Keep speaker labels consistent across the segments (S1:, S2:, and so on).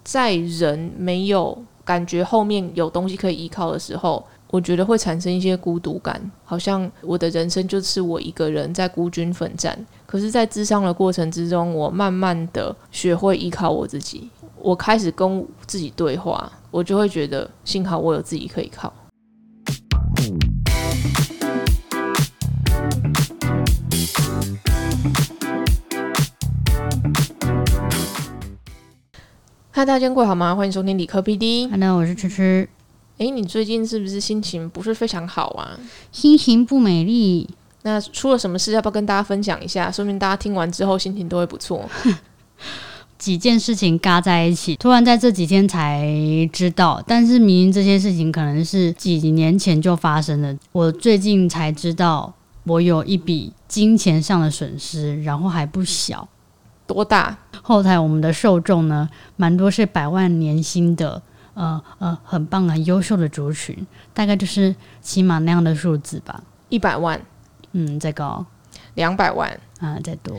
S1: 在人没有感觉后面有东西可以依靠的时候，我觉得会产生一些孤独感，好像我的人生就是我一个人在孤军奋战。可是在諮商的过程之中，我慢慢的学会依靠我自己，我开始跟自己对话，我就会觉得幸好我有自己可以靠。嗨，大家今天过好吗？欢迎收听理科 PD。
S2: Hello， 我是吃吃。
S1: 你最近是不是心情不是非常好啊？
S2: 心情不美丽。
S1: 那出了什么事？要不要跟大家分享一下？说明大家听完之后心情都会不错。
S2: 几件事情嘎在一起，突然在这几天才知道，但是明明这些事情可能是几年前就发生了，我最近才知道我有一笔金钱上的损失，然后还不小。
S1: 多大？
S2: 后台我们的受众呢，蛮多是100万年薪的，很棒很优秀的族群，大概就是起码那样的数字吧。
S1: 100万，
S2: 再高
S1: 200万
S2: 啊，再多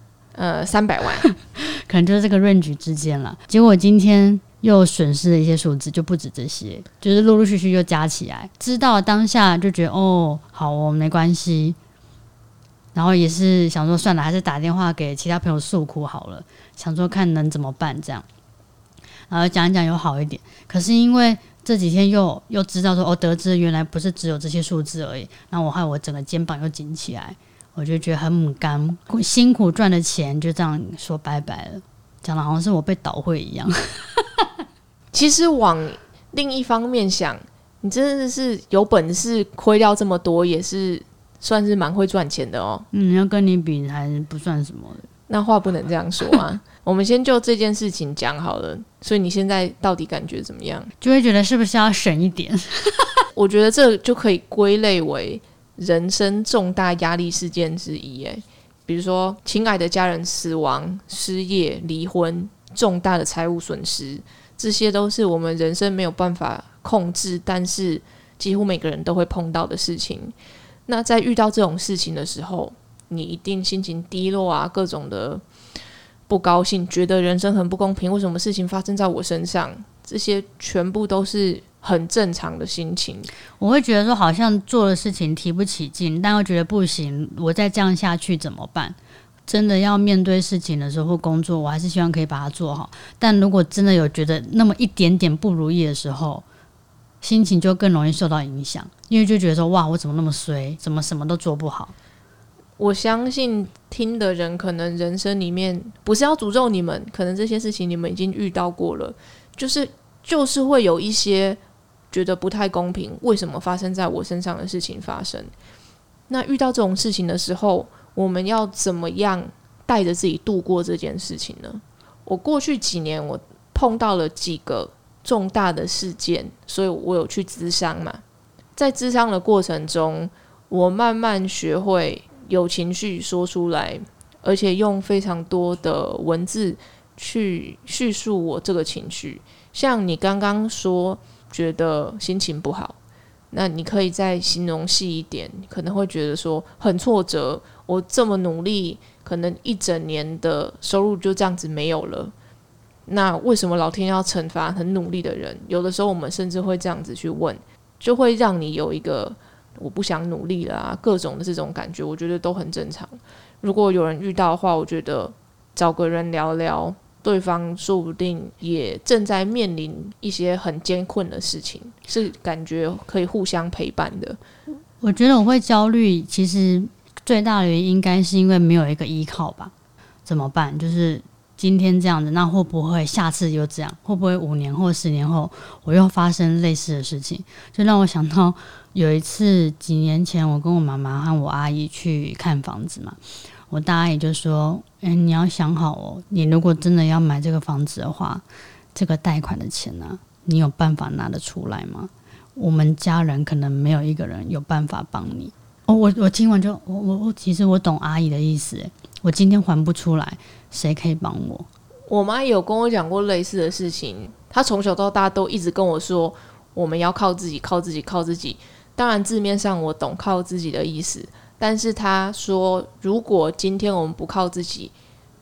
S1: ，300万，
S2: 可能就是这个 range 之间了。结果今天又损失了一些数字，就不止这些，就是陆陆续续又加起来。知道当下就觉得好哦，没关系。然后也是想说算了，还是打电话给其他朋友诉苦好了，想说看能怎么办这样。然后讲一讲有好一点，可是因为这几天又知道说得知原来不是只有这些数字而已，然后我整个肩膀又紧起来，我就觉得很母干，辛苦赚的钱就这样说拜拜了，讲的好像是我被倒会一样。
S1: 其实往另一方面想，你真的是有本事亏掉这么多，也是算是蛮会赚钱的哦。
S2: 要跟你比还不算什么的。
S1: 那话不能这样说啊。我们先就这件事情讲好了。所以你现在到底感觉怎么样？
S2: 就会觉得是不是要省一点？
S1: 我觉得这就可以归类为人生重大压力事件之一。比如说亲爱的家人死亡、失业、离婚、重大的财务损失，这些都是我们人生没有办法控制，但是几乎每个人都会碰到的事情。那在遇到这种事情的时候，你一定心情低落啊，各种的不高兴，觉得人生很不公平，为什么事情发生在我身上，这些全部都是很正常的心情。
S2: 我会觉得说好像做的事情提不起劲，但又觉得不行，我再这样下去怎么办？真的要面对事情的时候或工作，我还是希望可以把它做好，但如果真的有觉得那么一点点不如意的时候，心情就更容易受到影响，因为就觉得说哇，我怎么那么衰，怎么什么都做不好。
S1: 我相信听的人可能人生里面不是要诅咒你们，可能这些事情你们已经遇到过了，就是会有一些觉得不太公平，为什么发生在我身上的事情发生。那遇到这种事情的时候，我们要怎么样带着自己度过这件事情呢？我过去几年我碰到了几个重大的事件，所以我有去諮商嘛。在諮商的过程中，我慢慢学会有情绪说出来，而且用非常多的文字去叙述我这个情绪。像你刚刚说觉得心情不好，那你可以再形容细一点，可能会觉得说很挫折，我这么努力，可能一整年的收入就这样子没有了，那为什么老天要惩罚很努力的人？有的时候我们甚至会这样子去问，就会让你有一个我不想努力了啊，各种的这种感觉，我觉得都很正常。如果有人遇到的话，我觉得找个人聊聊，对方说不定也正在面临一些很艰困的事情，是感觉可以互相陪伴的。
S2: 我觉得我会焦虑，其实最大的原因应该是因为没有一个依靠吧。怎么办？就是今天这样子，那会不会下次又这样？会不会5年或10年后我又发生类似的事情？就让我想到有一次几年前，我跟我妈妈和我阿姨去看房子嘛，我大阿姨就说你要想好哦，你如果真的要买这个房子的话，这个贷款的钱啊，你有办法拿得出来吗？我们家人可能没有一个人有办法帮你。我听完就其实我懂阿姨的意思，我今天还不出来，谁可以帮我？
S1: 我妈也有跟我讲过类似的事情，她从小到大都一直跟我说，我们要靠自己，靠自己，靠自己。当然字面上我懂靠自己的意思，但是她说如果今天我们不靠自己，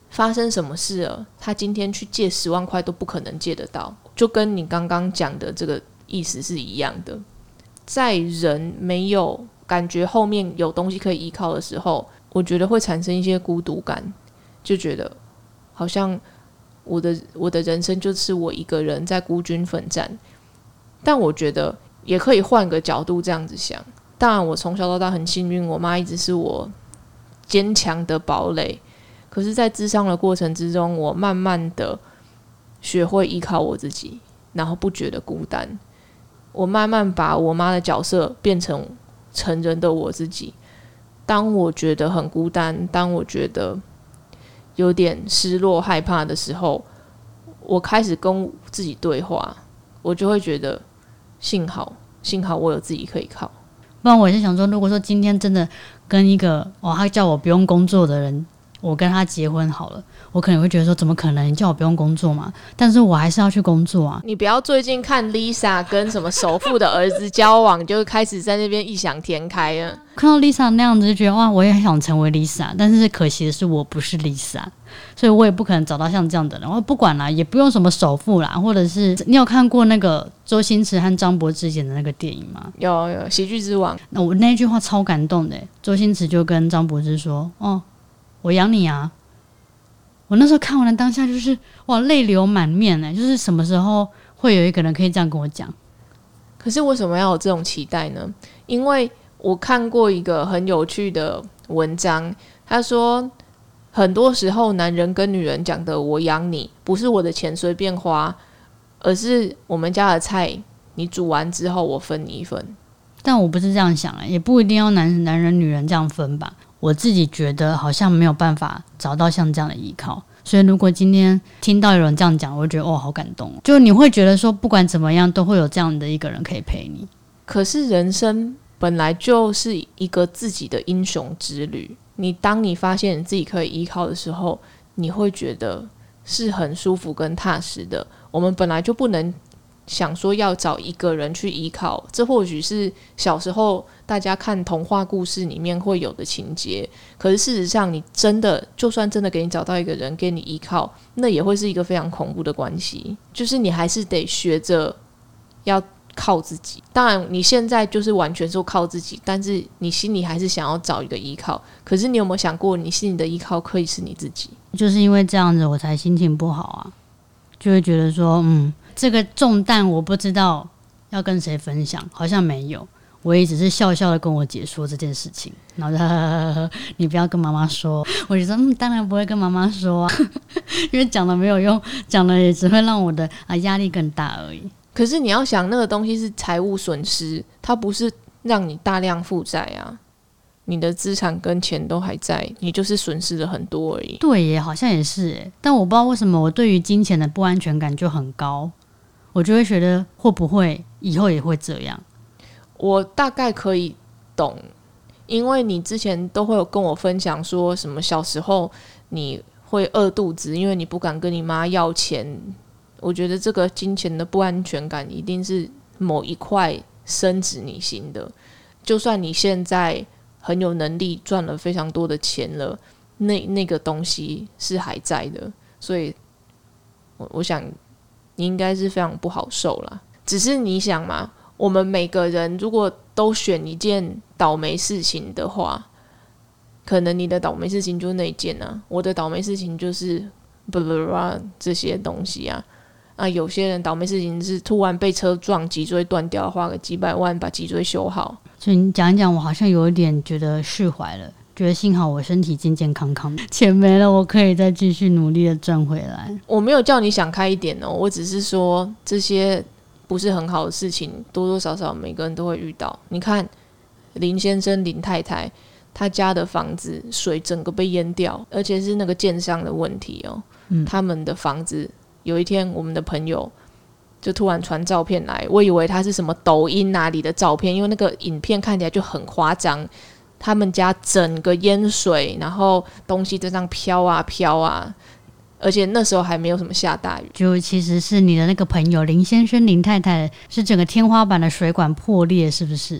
S1: 发生什么事了，他今天去借10万块都不可能借得到，就跟你刚刚讲的这个意思是一样的。在人没有感觉后面有东西可以依靠的时候，我觉得会产生一些孤独感，就觉得好像我的人生就是我一个人在孤军奋战。但我觉得也可以换个角度这样子想，当然我从小到大很幸运，我妈一直是我坚强的堡垒，可是在諮商的过程之中，我慢慢的学会依靠我自己，然后不觉得孤单。我慢慢把我妈的角色变成成人的我自己。当我觉得很孤单，当我觉得有点失落害怕的时候，我开始跟自己对话，我就会觉得幸好我有自己可以靠。
S2: 不然我是想说，如果说今天真的跟一个他叫我不用工作的人，我跟他结婚好了，我可能会觉得说怎么可能，你叫我不用工作嘛？但是我还是要去工作啊。
S1: 你不要最近看 Lisa 跟什么首富的儿子交往就开始在那边异想天开了。
S2: 看到 Lisa 那样子就觉得哇，我也想成为 Lisa， 但是可惜的是我不是 Lisa， 所以我也不可能找到像这样的人。我不管啦，也不用什么首富啦，或者是你有看过那个周星驰和张柏芝演的那个电影吗？
S1: 有喜剧之王。
S2: 那我那句话超感动的，周星驰就跟张柏芝说：“哦，我养你啊。”我那时候看完了当下就是哇，泪流满面欸，就是什么时候会有一个人可以这样跟我讲？
S1: 可是为什么要有这种期待呢？因为我看过一个很有趣的文章，他说很多时候男人跟女人讲的我养你，不是我的钱随便花，而是我们家的菜你煮完之后我分你一份。
S2: 但我不是这样想，也不一定要男人女人这样分吧。我自己觉得好像没有办法找到像这样的依靠，所以如果今天听到有人这样讲，我会觉得哦，好感动。就你会觉得说不管怎么样都会有这样的一个人可以陪你。
S1: 可是人生本来就是一个自己的英雄之旅，当你发现你自己可以依靠的时候，你会觉得是很舒服跟踏实的。我们本来就不能想说要找一个人去依靠，这或许是小时候大家看童话故事里面会有的情节，可是事实上你就算真的给你找到一个人给你依靠，那也会是一个非常恐怖的关系，就是你还是得学着要靠自己。当然你现在就是完全说靠自己，但是你心里还是想要找一个依靠，可是你有没有想过你心里的依靠可以是你自己？就是
S2: 因为这样子我才心情不好啊，就会觉得说这个重担我不知道要跟谁分享，好像没有，我也只是笑笑的跟我姐说这件事情，然后就呵呵呵你不要跟妈妈说。我就说当然不会跟妈妈说啊，因为讲了没有用，讲了也只会让我的压力更大而已。可是你要想那个东西是财务损失，它不是让你大量负债啊，你的资产跟钱都还在，你就是损失了很多而已。对耶，好像也是耶，但我不知道为什么我对于金钱的不安全感就很高，我就会觉得会不会以后也会这样。我大概可以懂，因为你之前都会有跟我分享说什么小时候你会饿肚子，因为你不敢跟你妈要钱。我觉得这个金钱的不安全感一定是某一块深植你心的，就算你现在很有能力赚了非常多的钱了，那个东西是还在的，所以我想你应该是非常不好受啦。只是你想嘛，我们每个人如果都选一件倒霉事情的话，可能你的倒霉事情就是那一件啊，我的倒霉事情就是这些东西啊。有些人倒霉事情是突然被车撞，脊椎断掉，花个几百万把脊椎修好。所以你讲一讲，我好像有一点觉得释怀了，觉得幸好我身体健健康康，钱没了我可以再继续努力的赚回来。我没有叫你想开一点哦，我只是说这些不是很好的事情，多多少少每个人都会遇到。你看林先生林太太他家的房子水整个被淹掉，而且是那个建商的问题哦。他们的房子有一天我们的朋友就突然传照片来，我以为他是什么抖音哪里的照片，因为那个影片看起来就很夸张，他们家整个淹水，然后东西在这样飘啊飘啊，而且那时候还没有什么下大雨。就其实是你的那个朋友林先生林太太是整个天花板的水管破裂，是不是？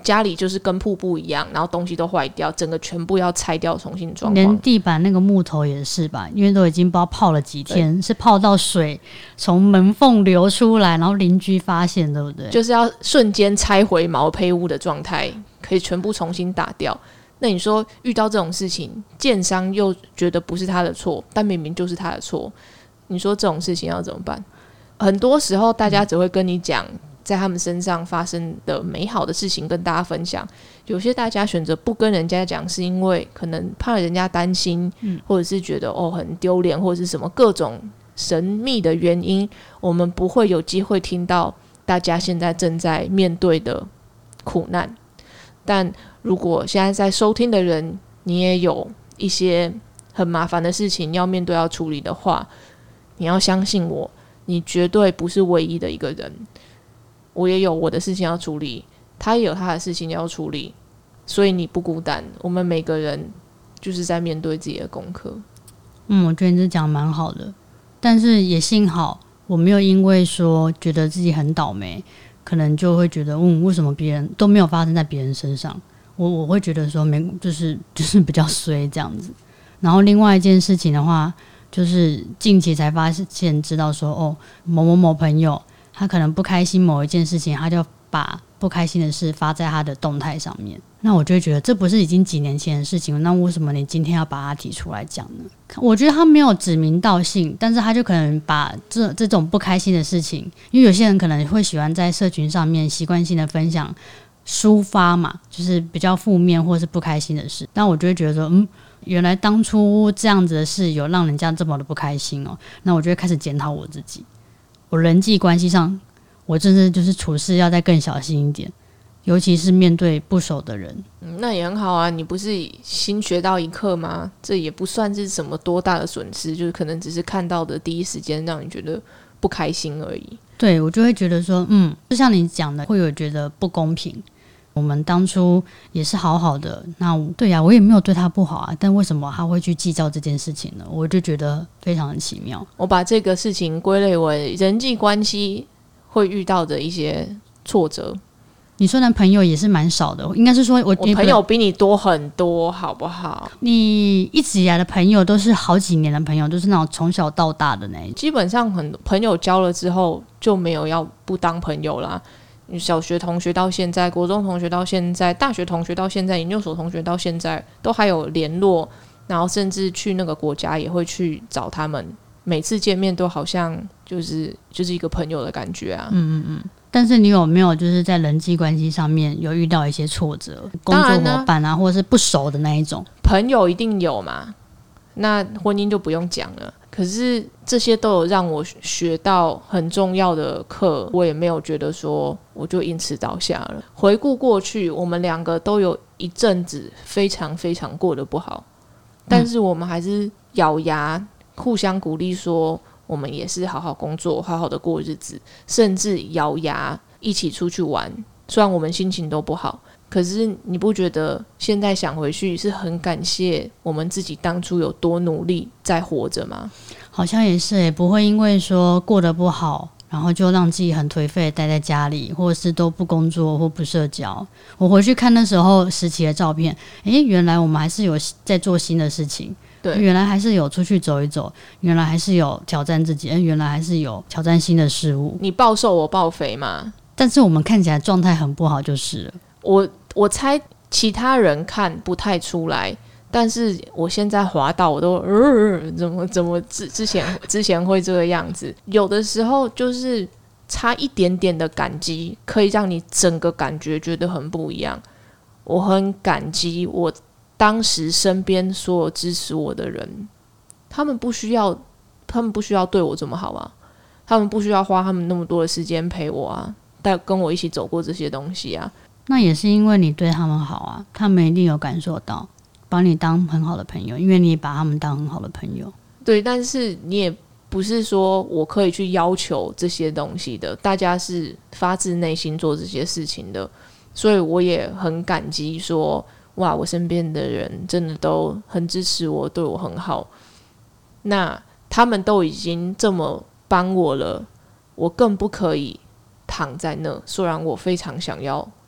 S1: 家里就是跟瀑布一样，然后东西都坏掉，整个全部要拆掉重新装潢，
S2: 连地板那个木头也是吧，因为都已经不知道泡了几天，是泡到水从门缝流出来，然后邻居发现，对不对？
S1: 就是要瞬间拆回毛坯屋的状态，可以全部重新打掉。那你说遇到这种事情，建商又觉得不是他的错，但明明就是他的错，你说这种事情要怎么办？很多时候大家只会跟你讲在他们身上发生的美好的事情跟大家分享，有些大家选择不跟人家讲，是因为可能怕人家担心，或者是觉得很丢脸，或者是什么各种神秘的原因，我们不会有机会听到大家现在正在面对的苦难。但如果现在在收听的人，你也有一些很麻烦的事情要面对要处理的话，你要相信我，你绝对不是唯一的一个人。我也有我的事情要处理，他也有他的事情要处理，所以你不孤单，我们每个人就是在面对自己的功课。
S2: 我觉得你这讲蛮好的，但是也幸好我没有因为说觉得自己很倒霉，可能就会觉得为什么别人都没有发生在别人身上，我会觉得说就是比较衰这样子。然后另外一件事情的话，就是近期才发现知道说某某某朋友他可能不开心某一件事情，他就把不开心的事发在他的动态上面，那我就会觉得这不是已经几年前的事情，那为什么你今天要把它提出来讲呢？我觉得他没有指名道姓，但是他就可能把这种不开心的事情，因为有些人可能会喜欢在社群上面习惯性的分享抒发嘛，就是比较负面或是不开心的事，但我就会觉得说原来当初这样子的事有让人家这么的不开心那我就会开始检讨我自己，我人际关系上我真的就是处事要再更小心一点，尤其是面对不熟的人。
S1: 那也很好啊，你不是新学到一课吗？这也不算是什么多大的损失，就是可能只是看到的第一时间让你觉得不开心而已。
S2: 对，我就会觉得说就像你讲的，会有觉得不公平，我们当初也是好好的，那对啊，我也没有对他不好啊，但为什么他会去计较这件事情呢？我就觉得非常的奇妙。
S1: 我把这个事情归类为人际关系会遇到的一些挫折。
S2: 你说的朋友也是蛮少的，应该是说我
S1: 朋友比你多很多，好不好？
S2: 你一直以来的朋友都是好几年的朋友，都是那种从小到大的那一种。
S1: 基本上很多朋友交了之后就没有要不当朋友啦。小学同学到现在，国中同学到现在，大学同学到现在，研究所同学到现在都还有联络，然后甚至去那个国家也会去找他们，每次见面都好像就是一个朋友的感觉啊。
S2: 但是你有没有就是在人际关系上面有遇到一些挫折，工作伙伴啊，或者是不熟的那一种？
S1: 朋友一定有嘛，那婚姻就不用讲了。可是这些都有让我学到很重要的课，我也没有觉得说我就因此倒下了。回顾过去，我们两个都有一阵子非常非常过得不好，但是我们还是咬牙互相鼓励说我们也是好好工作，好好的过日子，甚至咬牙一起出去玩。虽然我们心情都不好，可是你不觉得现在想回去是很感谢我们自己当初有多努力在活着吗？
S2: 好像也是耶，不会因为说过得不好然后就让自己很颓废待在家里，或者是都不工作或不社交。我回去看那时候时期的照片，原来我们还是有在做新的事情，
S1: 对，
S2: 原来还是有出去走一走，原来还是有挑战自己，原来还是有挑战新的事物。
S1: 你暴瘦我暴肥嘛，但
S2: 是我们看起来状态很不好就是了。
S1: 我猜其他人看不太出来，但是我现在滑到我都怎么之前会这个样子。有的时候就是差一点点的感激，可以让你整个感觉觉得很不一样。我很感激我当时身边所有支持我的人，他们不需要对我这么好啊，他们不需要花他们那么多的时间陪我啊，跟我一起走过这些东西啊。
S2: 那也是因为你对他们好啊，他们一定有感受到，把你当很好的朋友，因为你把他们当很好的朋友。
S1: 对，但是你也不是说我可以去要求这些东西的，大家是发自内心做这些事情的，所以我也很感激说，哇，我身边的人真的都很支持我，对我很好。那他们都已经这么帮我了，我更不可以躺在那，虽然我非常想要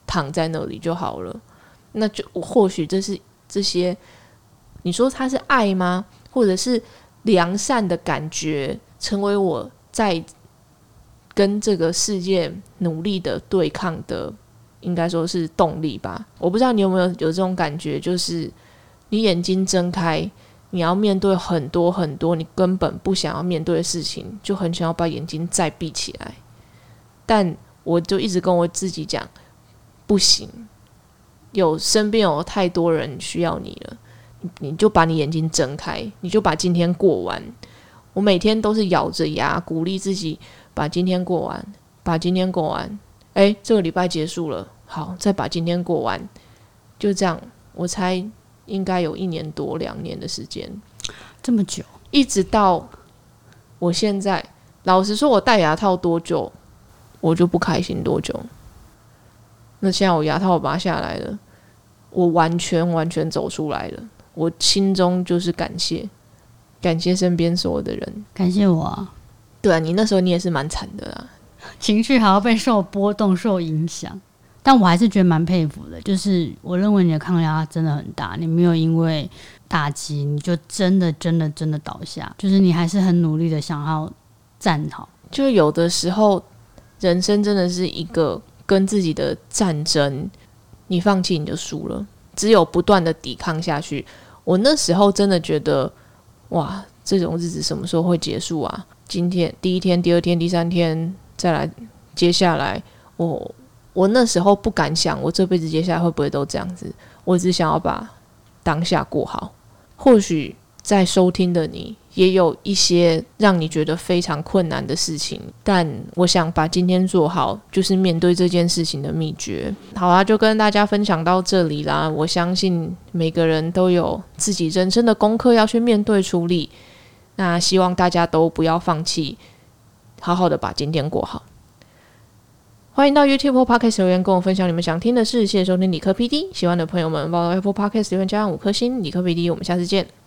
S1: 躺在那里就好了。那就或许这些，你说它是爱吗？或者是良善的感觉，成为我在跟这个世界努力的对抗的，应该说是动力吧。我不知道你有没有这种感觉，就是你眼睛睁开，你要面对很多很多你根本不想要面对的事情，就很想要把眼睛再闭起来。但我就一直跟我自己讲，不行，身边有太多人需要你了，你就把你眼睛睁开，你就把今天过完。我每天都是咬着牙鼓励自己，把今天过完，把今天过完。这个礼拜结束了，好，再把今天过完。就这样，我猜应该有1年多2年的时间，
S2: 这么久，
S1: 一直到我现在。老实说，我戴牙套多久，我就不开心多久。那现在我牙套我拔下来了，我完全走出来了。我心中就是感谢身边所有的人，
S2: 感谢我啊。
S1: 对啊，你那时候你也是蛮惨的啦，
S2: 情绪还要被受波动、受影响。但我还是觉得蛮佩服的，就是我认为你的抗压真的很大，你没有因为打击你就真的倒下，就是你还是很努力的想要站好。
S1: 就有的时候人生真的是一个跟自己的战争，你放弃你就输了，只有不断的抵抗下去。我那时候真的觉得，哇，这种日子什么时候会结束啊？今天第1天、第2天、第3天，再来接下来，我那时候不敢想我这辈子接下来会不会都这样子，我只想要把当下过好。或许在收听的你也有一些让你觉得非常困难的事情，但我想把今天做好就是面对这件事情的秘诀。好啦，就跟大家分享到这里啦。我相信每个人都有自己人生的功课要去面对处理，那希望大家都不要放弃，好好的把今天过好。欢迎到 YouTube 或 Podcast 留言跟我分享你们想听的事。谢谢收听理科 PD， 喜欢的朋友们帮我到 Apple Podcast 留言加上5颗星。理科 PD， 我们下次见。